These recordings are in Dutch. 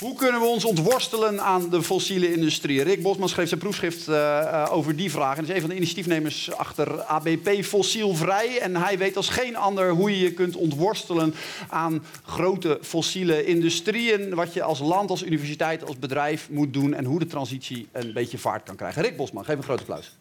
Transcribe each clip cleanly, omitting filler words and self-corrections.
Hoe kunnen we ons ontworstelen aan de fossiele industrie? Rick Bosman schreef zijn proefschrift over die vraag. En is een van de initiatiefnemers achter ABP Fossielvrij. En hij weet als geen ander hoe je je kunt ontworstelen aan grote fossiele industrieën. Wat je als land, als universiteit, als bedrijf moet doen. En hoe de transitie een beetje vaart kan krijgen. Rick Bosman, geef een groot applaus.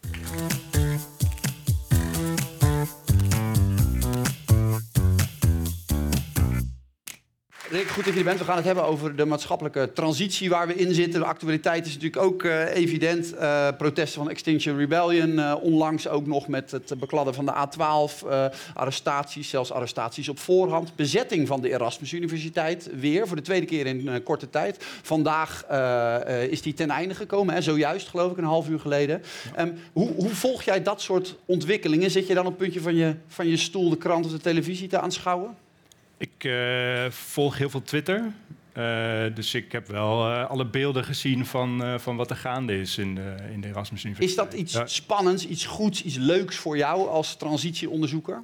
Rick, goed dat je er bent. We gaan het hebben over de maatschappelijke transitie waar we in zitten. De actualiteit is natuurlijk ook evident. Protesten van Extinction Rebellion. Onlangs ook nog met het bekladden van de A12. Arrestaties, zelfs arrestaties op voorhand. Bezetting van de Erasmus Universiteit weer. Voor de tweede keer in korte tijd. Vandaag is die ten einde gekomen. Hè? Zojuist, geloof ik, een half uur geleden. Hoe volg jij dat soort ontwikkelingen? Zit je dan op het puntje van je stoel de krant of de televisie te aanschouwen? Ik volg heel veel Twitter, dus ik heb wel alle beelden gezien van wat er gaande is in de Erasmus Universiteit. Is dat iets spannends, iets goeds, iets leuks voor jou als transitieonderzoeker?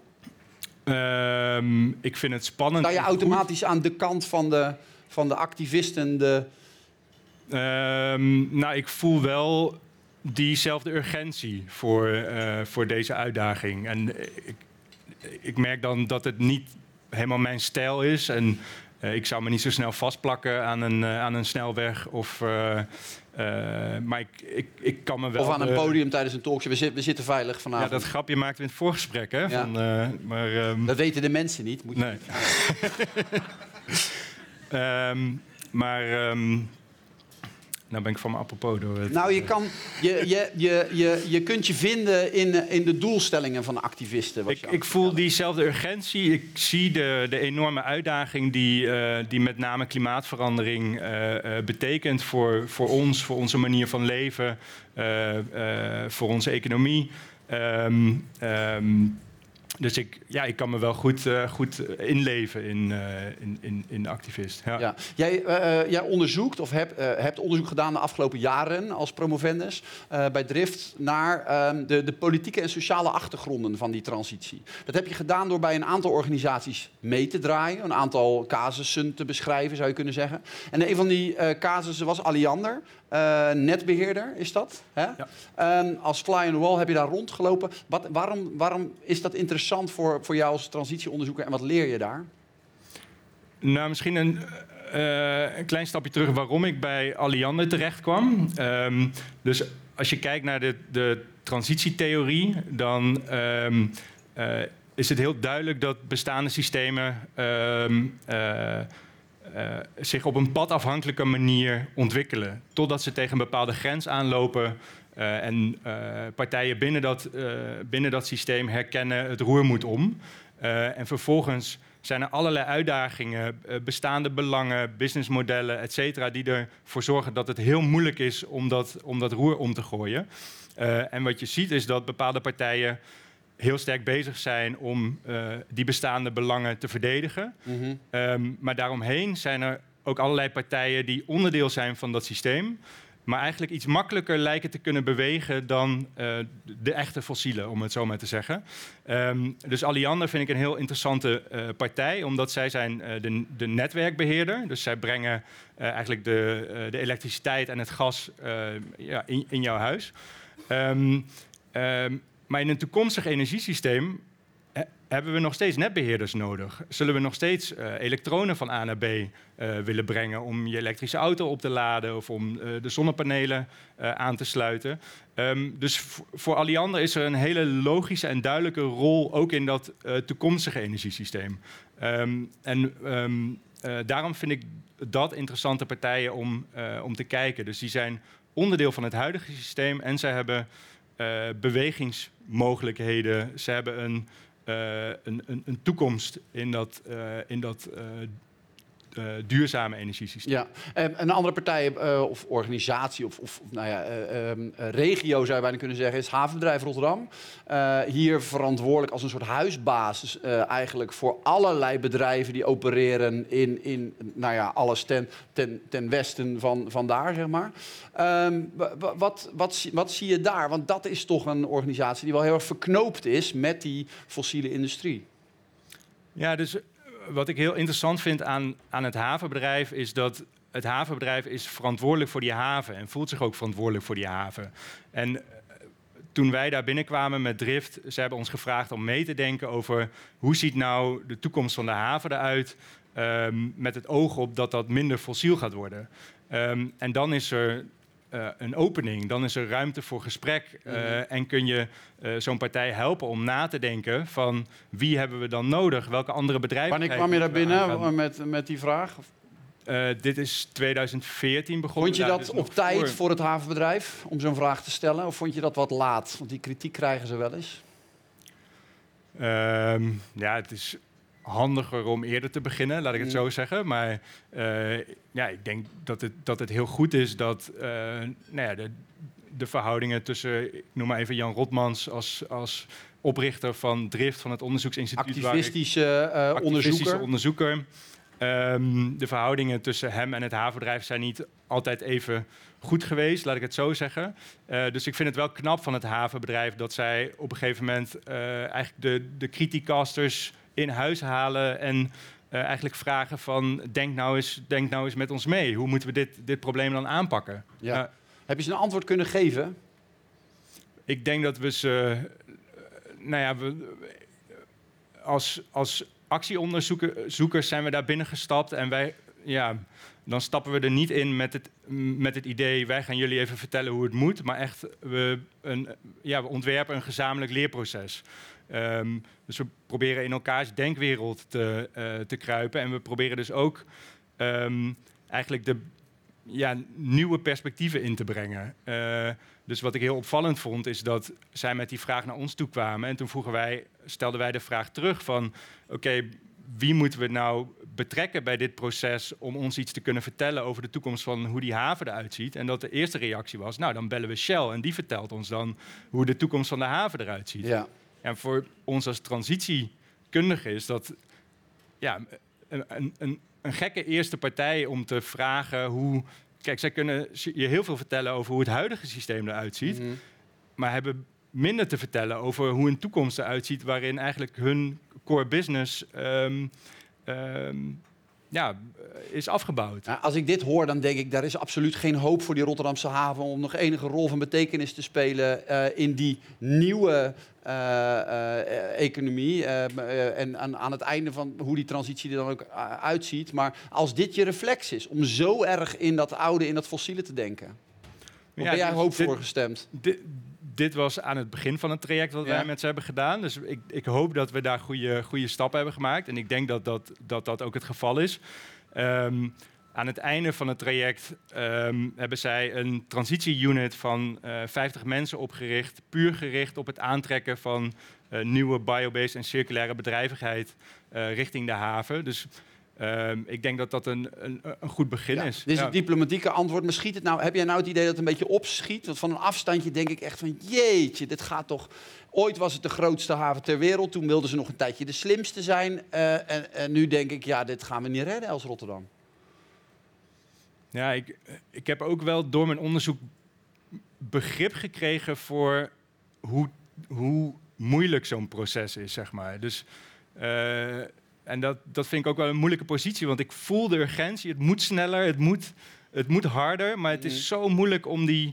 Ik vind het spannend. Sta je automatisch aan de kant van de activisten? Nou, ik voel wel diezelfde urgentie voor deze uitdaging. En ik merk dan dat het niet helemaal mijn stijl is. En ik zou me niet zo snel vastplakken aan een snelweg. Maar ik kan me wel... Of aan een podium tijdens een talkshow. We zitten veilig vanavond. Ja, dat grapje maakten we in het voorgesprek. Hè? Ja. Dat weten de mensen niet. Moet je nee. Nou ben ik van me apropos door het... Nou, je kunt je vinden in de doelstellingen van de activisten. Ik voel diezelfde urgentie. Ik zie de enorme uitdaging die met name klimaatverandering betekent voor ons, voor onze manier van leven, voor onze economie. Dus ik kan me wel goed inleven in de activist. Ja. Ja. Jij onderzoekt of hebt onderzoek gedaan de afgelopen jaren als promovendus bij Drift naar de politieke en sociale achtergronden van die transitie. Dat heb je gedaan door bij een aantal organisaties mee te draaien, een aantal casussen te beschrijven, zou je kunnen zeggen. En een van die casussen was Alliander. Netbeheerder is dat. Hè? Ja. Als fly on the wall heb je daar rondgelopen. Waarom is dat interessant voor jou als transitieonderzoeker en wat leer je daar? Nou, misschien een klein stapje terug waarom ik bij Alliander terecht kwam. Dus als je kijkt naar de transitietheorie, dan is het heel duidelijk dat bestaande systemen zich op een padafhankelijke manier ontwikkelen. Totdat ze tegen een bepaalde grens aanlopen en partijen binnen dat systeem herkennen het roer moet om. En vervolgens zijn er allerlei uitdagingen, bestaande belangen, businessmodellen, et cetera, die ervoor zorgen dat het heel moeilijk is om dat roer om te gooien. En wat je ziet is dat bepaalde partijen heel sterk bezig zijn om die bestaande belangen te verdedigen. Mm-hmm. Maar daaromheen zijn er ook allerlei partijen die onderdeel zijn van dat systeem, maar eigenlijk iets makkelijker lijken te kunnen bewegen dan de echte fossielen, om het zo maar te zeggen. Dus Alliander vind ik een heel interessante partij, omdat zij zijn de netwerkbeheerder. Dus zij brengen eigenlijk de elektriciteit en het gas in jouw huis. Maar in een toekomstig energiesysteem hebben we nog steeds netbeheerders nodig. Zullen we nog steeds elektronen van A naar B willen brengen om je elektrische auto op te laden of om de zonnepanelen aan te sluiten? Dus voor Alliander is er een hele logische en duidelijke rol ook in dat toekomstige energiesysteem. Daarom vind ik dat interessante partijen om te kijken. Dus die zijn onderdeel van het huidige systeem en zij hebben bewegingsmogelijkheden. Ze hebben een toekomst in dat duurzame energiesysteem. Ja, een andere partij of organisatie of regio zou je bijna kunnen zeggen is Havenbedrijf Rotterdam. Hier verantwoordelijk als een soort huisbasis eigenlijk voor allerlei bedrijven die opereren in alles ten westen van daar, zeg maar. Wat zie je daar? Want dat is toch een organisatie die wel heel erg verknoopt is met die fossiele industrie. Ja, dus wat ik heel interessant vind aan het havenbedrijf is dat het havenbedrijf is verantwoordelijk voor die haven en voelt zich ook verantwoordelijk voor die haven. En toen wij daar binnenkwamen met Drift, ze hebben ons gevraagd om mee te denken over hoe ziet nou de toekomst van de haven eruit, met het oog op dat dat minder fossiel gaat worden. En dan is er een opening, dan is er ruimte voor gesprek en kun je zo'n partij helpen om na te denken van wie hebben we dan nodig, welke andere bedrijven. Wanneer kwam je daar binnen met die vraag? Dit is 2014 begonnen. Vond je dat op tijd voor het havenbedrijf om zo'n vraag te stellen? Of vond je dat wat laat? Want die kritiek krijgen ze wel eens. Ja, het is handiger om eerder te beginnen, laat ik het zo zeggen. Maar ik denk dat het heel goed is dat de verhoudingen tussen, ik noem maar even Jan Rotmans als oprichter van Drift, van het onderzoeksinstituut. Activistische onderzoeker. De verhoudingen tussen hem en het havenbedrijf zijn niet altijd even goed geweest, laat ik het zo zeggen. Dus ik vind het wel knap van het havenbedrijf dat zij op een gegeven moment eigenlijk de criticasters in huis halen en eigenlijk vragen van denk nou eens met ons mee. Hoe moeten we dit probleem dan aanpakken? Ja. Heb je ze een antwoord kunnen geven? Ik denk dat we ze... als actieonderzoekers zijn we daar binnengestapt en dan stappen we er niet in met het idee, wij gaan jullie even vertellen hoe het moet, maar echt, we ontwerpen een gezamenlijk leerproces. Dus we proberen in elkaars denkwereld te kruipen en we proberen dus ook eigenlijk de nieuwe perspectieven in te brengen. Dus wat ik heel opvallend vond, is dat zij met die vraag naar ons toe kwamen. En toen stelden wij de vraag terug van, oké, wie moeten we nou betrekken bij dit proces om ons iets te kunnen vertellen over de toekomst van hoe die haven eruit ziet? En dat de eerste reactie was, nou, dan bellen we Shell en die vertelt ons dan hoe de toekomst van de haven eruit ziet. Ja. En voor ons als transitiekundige is dat een gekke eerste partij om te vragen hoe... Kijk, zij kunnen je heel veel vertellen over hoe het huidige systeem eruit ziet, maar hebben minder te vertellen over hoe een toekomst eruit ziet waarin eigenlijk hun core business is afgebouwd. Nou, als ik dit hoor, dan denk ik, daar is absoluut geen hoop voor die Rotterdamse haven om nog enige rol van betekenis te spelen in die nieuwe economie. En aan het einde van hoe die transitie er dan ook uitziet. Maar als dit je reflex is, om zo erg in dat oude, in dat fossiele te denken. Hoe ben jij hoopvol gestemd? Dit was aan het begin van het traject wat wij met ze hebben gedaan. Dus ik hoop dat we daar goede stappen hebben gemaakt. En ik denk dat ook het geval is. Aan het einde van het traject hebben zij een transitie-unit van 50 mensen opgericht. Puur gericht op het aantrekken van nieuwe biobased en circulaire bedrijvigheid richting de haven. Dus ik denk dat dat een goed begin is. Dit is het diplomatieke antwoord. Maar schiet het nou, heb jij nou het idee dat het een beetje opschiet? Want van een afstandje denk ik echt van jeetje, dit gaat toch... Ooit was het de grootste haven ter wereld. Toen wilden ze nog een tijdje de slimste zijn. En nu denk ik, dit gaan we niet redden als Rotterdam. Ja, ik heb ook wel door mijn onderzoek begrip gekregen voor hoe moeilijk zo'n proces is, zeg maar. Dus... En dat vind ik ook wel een moeilijke positie, want ik voel de urgentie. Het moet sneller, het moet harder, maar het is zo moeilijk om die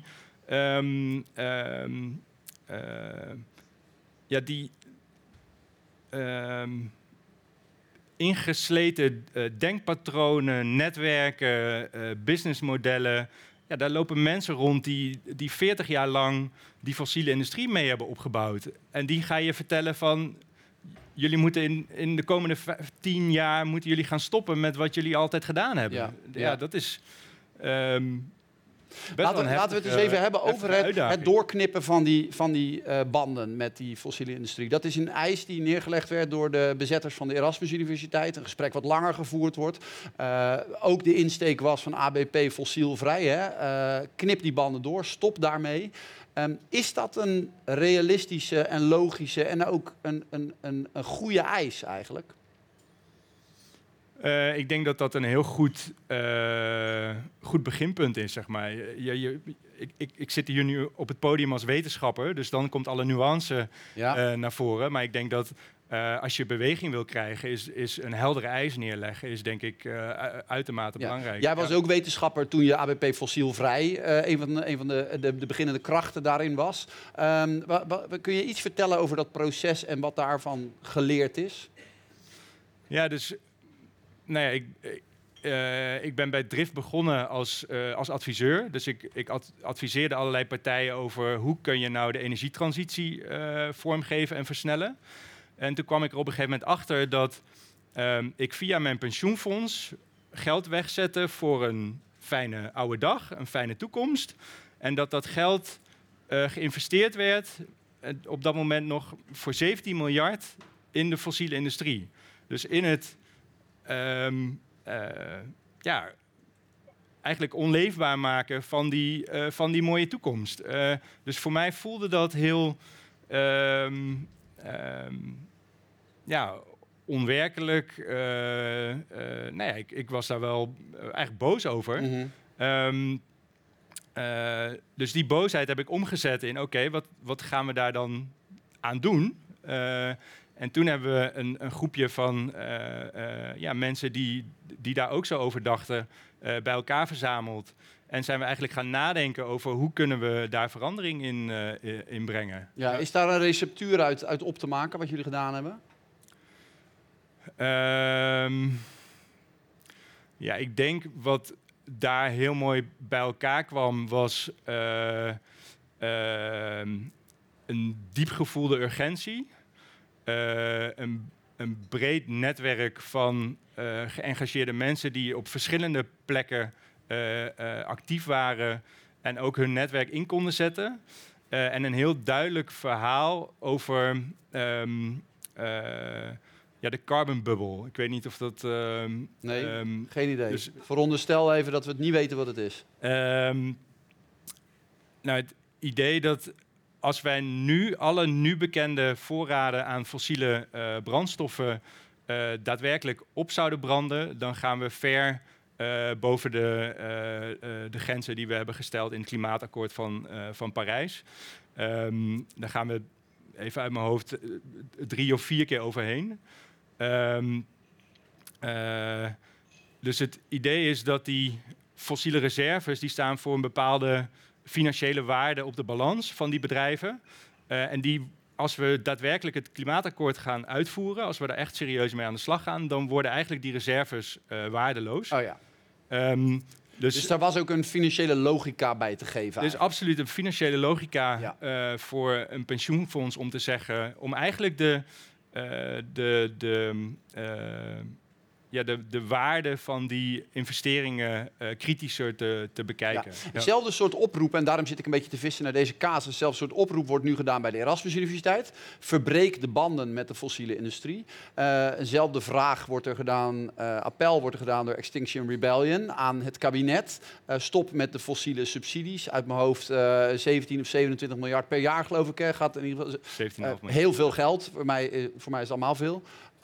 ingesleten denkpatronen, netwerken, businessmodellen. Ja, daar lopen mensen rond die 40 jaar lang die fossiele industrie mee hebben opgebouwd. En die ga je vertellen van... Jullie moeten in de komende 10 jaar moeten jullie gaan stoppen met wat jullie altijd gedaan hebben. Ja. Dat is laten we het eens even hebben over het doorknippen van die banden met die fossiele industrie. Dat is een eis die neergelegd werd door de bezetters van de Erasmus Universiteit. Een gesprek wat langer gevoerd wordt. Ook de insteek was van ABP fossielvrij. Knip die banden door, stop daarmee. Is dat een realistische en logische en ook een goede eis eigenlijk? Ik denk dat dat een heel goed beginpunt is, zeg maar. Ik zit hier nu op het podium als wetenschapper, dus dan komt alle nuance naar voren. Maar ik denk dat als je beweging wil krijgen, is een heldere eis neerleggen, is denk ik uitermate belangrijk. Jij was ook wetenschapper toen je ABP fossielvrij een van de beginnende krachten daarin was. Kun je iets vertellen over dat proces en wat daarvan geleerd is? Ja, dus ik ben bij Drift begonnen als adviseur. Dus ik adviseerde allerlei partijen over hoe kun je nou de energietransitie vormgeven en versnellen. En toen kwam ik er op een gegeven moment achter dat ik via mijn pensioenfonds geld wegzette voor een fijne oude dag, een fijne toekomst. En dat geld geïnvesteerd werd, op dat moment nog voor 17 miljard in de fossiele industrie. Dus in het eigenlijk onleefbaar maken van die mooie toekomst. Dus voor mij voelde dat heel onwerkelijk. Ik was daar wel eigenlijk boos over. Mm-hmm. Dus die boosheid heb ik omgezet in, oké, wat gaan we daar dan aan doen? En toen hebben we een groepje van mensen die daar ook zo over dachten, bij elkaar verzameld. En zijn we eigenlijk gaan nadenken over hoe kunnen we daar verandering in brengen. Ja, is daar een receptuur uit op te maken, wat jullie gedaan hebben? Ik denk wat daar heel mooi bij elkaar kwam, was een diep gevoelde urgentie. Een breed netwerk van geëngageerde mensen die op verschillende plekken actief waren en ook hun netwerk in konden zetten. En een heel duidelijk verhaal over de carbon bubble. Ik weet niet of dat... nee, geen idee. Dus veronderstel even dat we het niet weten wat het is. Het idee dat als wij nu alle nu bekende voorraden aan fossiele brandstoffen daadwerkelijk op zouden branden, dan gaan we ver boven de grenzen die we hebben gesteld in het klimaatakkoord van Parijs. Daar gaan we even uit mijn hoofd 3 of 4 keer overheen. Dus het idee is dat die fossiele reserves die staan voor een bepaalde financiële waarde op de balans van die bedrijven. En die, als we daadwerkelijk het klimaatakkoord gaan uitvoeren, als we daar echt serieus mee aan de slag gaan, dan worden eigenlijk die reserves waardeloos. Oh ja. Dus daar was ook een financiële logica bij te geven. Er is absoluut een financiële logica voor een pensioenfonds om te zeggen, om eigenlijk de waarde van die investeringen kritischer te bekijken. Ja. Hetzelfde soort oproep, en daarom zit ik een beetje te vissen naar deze casus. Hetzelfde soort oproep wordt nu gedaan bij de Erasmus Universiteit. Verbreek de banden met de fossiele industrie. Eenzelfde vraag wordt er gedaan, appel wordt er gedaan door Extinction Rebellion aan het kabinet. Stop met de fossiele subsidies. Uit mijn hoofd 17 of 27 miljard per jaar, geloof ik. Gaat in ieder geval heel veel geld. Voor mij is het allemaal veel.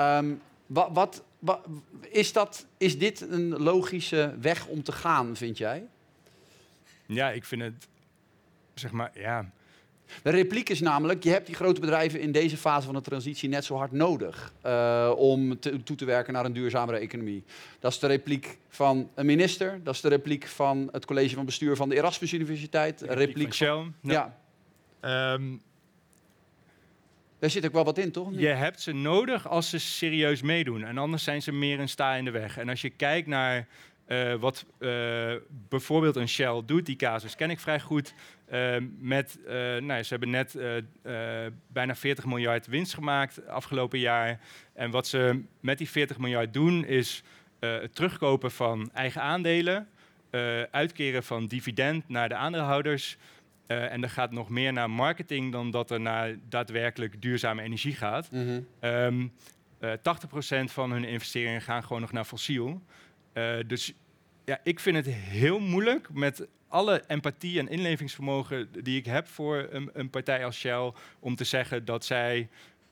Is dit een logische weg om te gaan, vind jij? Ja, ik vind het, De repliek is namelijk, je hebt die grote bedrijven in deze fase van de transitie net zo hard nodig om toe te werken naar een duurzamere economie. Dat is de repliek van een minister, dat is de repliek van het college van bestuur van de Erasmus Universiteit. De repliek van Shell. Ja. Daar zit ook wel wat in, toch? Je hebt ze nodig als ze serieus meedoen. En anders zijn ze meer een sta in de weg. En als je kijkt naar wat bijvoorbeeld een Shell doet, die casus ken ik vrij goed. Ze hebben net bijna 40 miljard winst gemaakt afgelopen jaar. En wat ze met die 40 miljard doen, is het terugkopen van eigen aandelen, uitkeren van dividend naar de aandeelhouders. En er gaat nog meer naar marketing dan dat er naar daadwerkelijk duurzame energie gaat. Mm-hmm. 80% van hun investeringen gaan gewoon nog naar fossiel. Dus ik vind het heel moeilijk met alle empathie en inlevingsvermogen die ik heb voor een partij als Shell, om te zeggen dat zij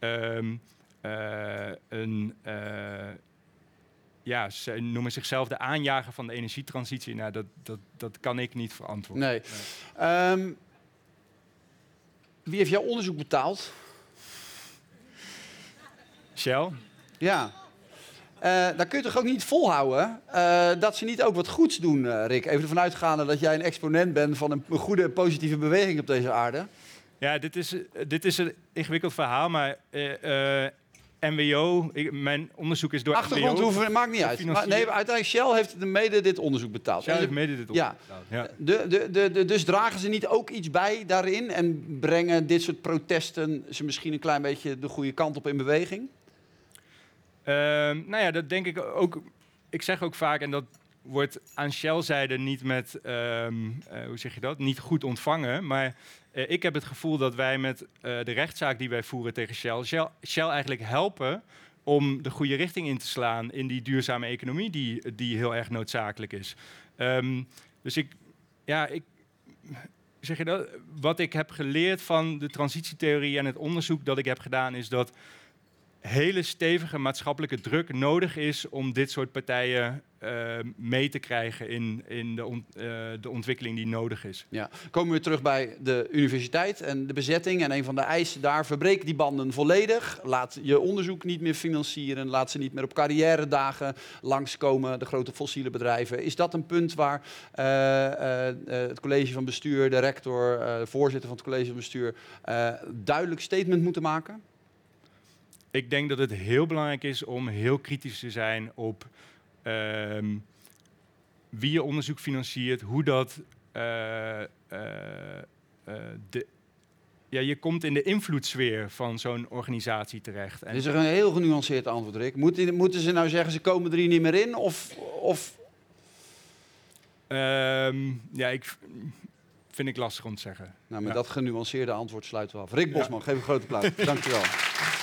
ze noemen zichzelf de aanjager van de energietransitie. Nou, dat kan ik niet verantwoorden. Nee. Wie heeft jouw onderzoek betaald? Shell. Ja. Dan kun je toch ook niet volhouden dat ze niet ook wat goeds doen, Rick? Even ervan uitgaande dat jij een exponent bent van een goede, positieve beweging op deze aarde. Ja, dit is een ingewikkeld verhaal, maar NWO, mijn onderzoek is door Achtergrond NWO hoeven, maakt niet uit. Maar, nee, uiteindelijk Shell heeft mede dit onderzoek betaald. Shell heeft mede dit onderzoek betaald. Ja. Dus dragen ze niet ook iets bij daarin en brengen dit soort protesten ze misschien een klein beetje de goede kant op in beweging? Nou ja, dat denk ik ook. Ik zeg ook vaak, en dat wordt aan Shell-zijde niet met, hoe zeg je dat, niet goed ontvangen. Maar ik heb het gevoel dat wij met de rechtszaak die wij voeren tegen Shell eigenlijk helpen om de goede richting in te slaan in die duurzame economie die heel erg noodzakelijk is. Dus zeg je dat, wat ik heb geleerd van de transitietheorie en het onderzoek dat ik heb gedaan, is dat hele stevige maatschappelijke druk nodig is om dit soort partijen mee te krijgen in de ontwikkeling die nodig is. Ja. Komen we weer terug bij de universiteit en de bezetting. En een van de eisen daar, verbreek die banden volledig. Laat je onderzoek niet meer financieren. Laat ze niet meer op carrière-dagen langskomen, de grote fossiele bedrijven. Is dat een punt waar het college van bestuur, de rector, de voorzitter van het college van bestuur duidelijk statement moeten maken? Ik denk dat het heel belangrijk is om heel kritisch te zijn op wie je onderzoek financiert, hoe dat... je komt in de invloedssfeer van zo'n organisatie terecht. Dit is een heel genuanceerd antwoord, Rick. Moeten ze nou zeggen, ze komen er hier niet meer in? Vind ik lastig om te zeggen. Nou, met dat genuanceerde antwoord sluiten we af. Rick Bosman, geef een grote applaus. Dank je wel.